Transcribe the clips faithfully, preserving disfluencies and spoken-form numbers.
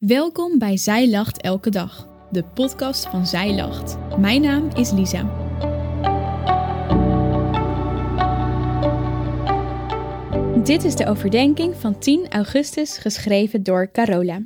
Welkom bij Zij Lacht Elke Dag, de podcast van Zij Lacht. Mijn naam is Lisa. Dit is de overdenking van tien augustus, geschreven door Carola.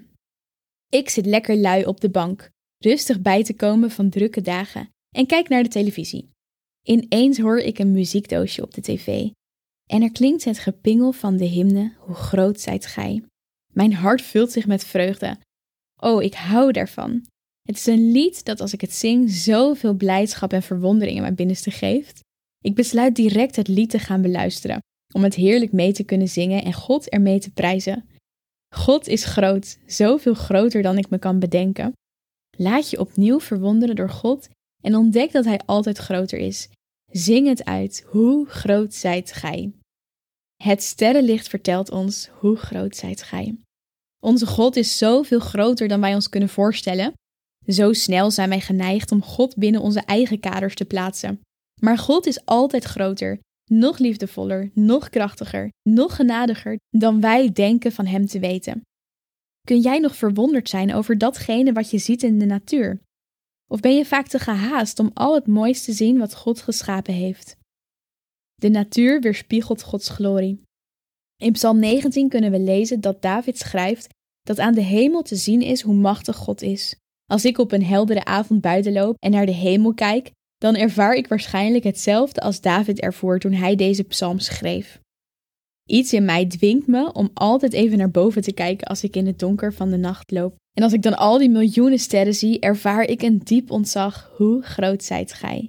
Ik zit lekker lui op de bank, rustig bij te komen van drukke dagen en kijk naar de televisie. Ineens hoor ik een muziekdoosje op de tv en er klinkt het gepingel van de hymne Hoe groot zijt gij. Mijn hart vult zich met vreugde. Oh, ik hou daarvan. Het is een lied dat als ik het zing zoveel blijdschap en verwondering in mijn binnenste geeft. Ik besluit direct het lied te gaan beluisteren, om het heerlijk mee te kunnen zingen en God ermee te prijzen. God is groot, zoveel groter dan ik me kan bedenken. Laat je opnieuw verwonderen door God en ontdek dat Hij altijd groter is. Zing het uit, hoe groot zijt gij. Het sterrenlicht vertelt ons, hoe groot zijt gij. Onze God is zoveel groter dan wij ons kunnen voorstellen. Zo snel zijn wij geneigd om God binnen onze eigen kaders te plaatsen. Maar God is altijd groter, nog liefdevoller, nog krachtiger, nog genadiger dan wij denken van Hem te weten. Kun jij nog verwonderd zijn over datgene wat je ziet in de natuur? Of ben je vaak te gehaast om al het moois te zien wat God geschapen heeft? De natuur weerspiegelt Gods glorie. In Psalm negentien kunnen we lezen dat David schrijft dat aan de hemel te zien is hoe machtig God is. Als ik op een heldere avond buiten loop en naar de hemel kijk, dan ervaar ik waarschijnlijk hetzelfde als David ervoor toen hij deze psalm schreef. Iets in mij dwingt me om altijd even naar boven te kijken als ik in het donker van de nacht loop. En als ik dan al die miljoenen sterren zie, ervaar ik een diep ontzag. Hoe groot zijt gij?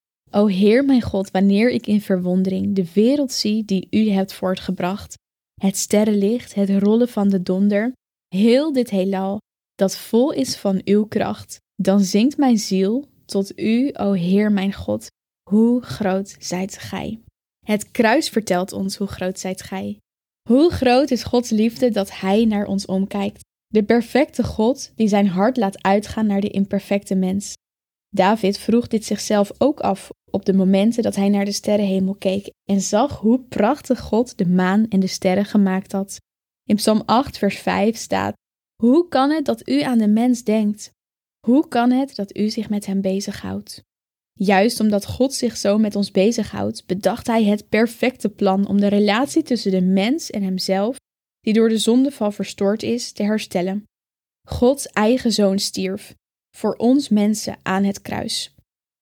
O Heer mijn God, wanneer ik in verwondering de wereld zie die U hebt voortgebracht, het sterrenlicht, het rollen van de donder, heel dit heelal, dat vol is van Uw kracht, dan zingt mijn ziel tot U, o Heer mijn God, hoe groot zijt gij. Het kruis vertelt ons hoe groot zijt gij. Hoe groot is Gods liefde dat Hij naar ons omkijkt. De perfecte God die zijn hart laat uitgaan naar de imperfecte mens. David vroeg dit zichzelf ook af op de momenten dat hij naar de sterrenhemel keek en zag hoe prachtig God de maan en de sterren gemaakt had. In Psalm acht vers vijf staat: Hoe kan het dat u aan de mens denkt? Hoe kan het dat u zich met hem bezighoudt? Juist omdat God zich zo met ons bezighoudt, bedacht Hij het perfecte plan om de relatie tussen de mens en Hemzelf, die door de zondeval verstoord is, te herstellen. Gods eigen Zoon stierf voor ons mensen aan het kruis.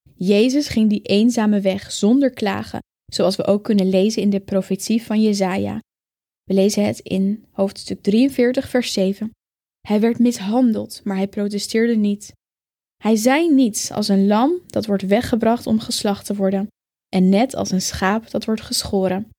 Jezus ging die eenzame weg zonder klagen, zoals we ook kunnen lezen in de profetie van Jesaja. We lezen het in hoofdstuk drieënveertig vers zeven. Hij werd mishandeld, maar hij protesteerde niet. Hij zei niets als een lam dat wordt weggebracht om geslacht te worden, en net als een schaap dat wordt geschoren.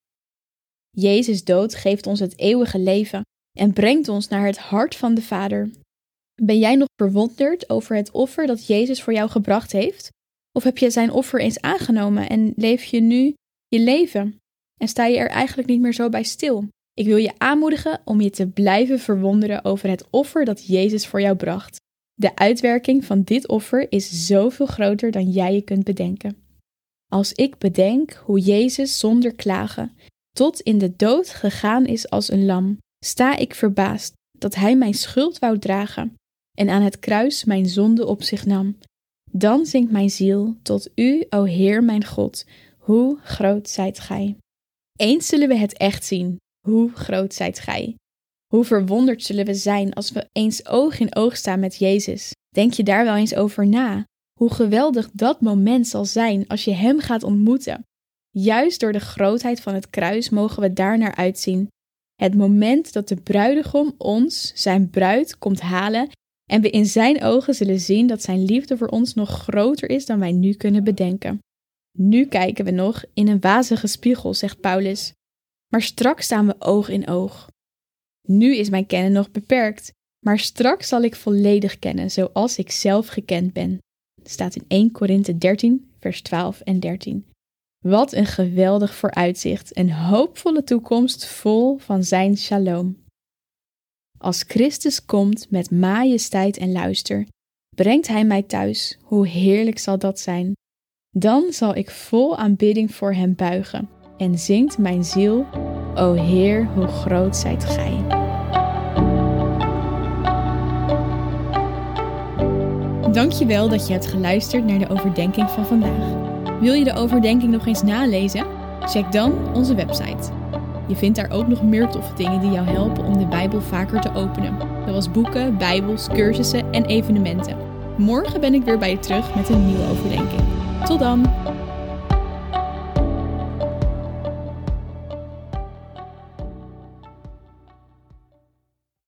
Jezus' dood geeft ons het eeuwige leven en brengt ons naar het hart van de Vader. Ben jij nog verwonderd over het offer dat Jezus voor jou gebracht heeft? Of heb je zijn offer eens aangenomen en leef je nu je leven? En sta je er eigenlijk niet meer zo bij stil? Ik wil je aanmoedigen om je te blijven verwonderen over het offer dat Jezus voor jou bracht. De uitwerking van dit offer is zoveel groter dan jij je kunt bedenken. Als ik bedenk hoe Jezus zonder klagen tot in de dood gegaan is als een lam, sta ik verbaasd dat Hij mijn schuld wou dragen en aan het kruis mijn zonde op zich nam. Dan zingt mijn ziel tot U, o Heer mijn God, hoe groot zijt gij. Eens zullen we het echt zien, hoe groot zijt gij. Hoe verwonderd zullen we zijn als we eens oog in oog staan met Jezus. Denk je daar wel eens over na? Hoe geweldig dat moment zal zijn als je Hem gaat ontmoeten. Juist door de grootheid van het kruis mogen we daar naar uitzien. Het moment dat de bruidegom ons, zijn bruid, komt halen en we in zijn ogen zullen zien dat zijn liefde voor ons nog groter is dan wij nu kunnen bedenken. Nu kijken we nog in een wazige spiegel, zegt Paulus. Maar straks staan we oog in oog. Nu is mijn kennen nog beperkt, maar straks zal ik volledig kennen zoals ik zelf gekend ben. Het staat in eerste Korinthe dertien, vers twaalf en dertien. Wat een geweldig vooruitzicht, een hoopvolle toekomst vol van zijn shalom. Als Christus komt met majesteit en luister, brengt Hij mij thuis, hoe heerlijk zal dat zijn. Dan zal ik vol aanbidding voor Hem buigen en zingt mijn ziel, o Heer, hoe groot zijt gij. Dankjewel dat je hebt geluisterd naar de overdenking van vandaag. Wil je de overdenking nog eens nalezen? Check dan onze website. Je vindt daar ook nog meer toffe dingen die jou helpen om de Bijbel vaker te openen. Zoals boeken, bijbels, cursussen en evenementen. Morgen ben ik weer bij je terug met een nieuwe overdenking. Tot dan!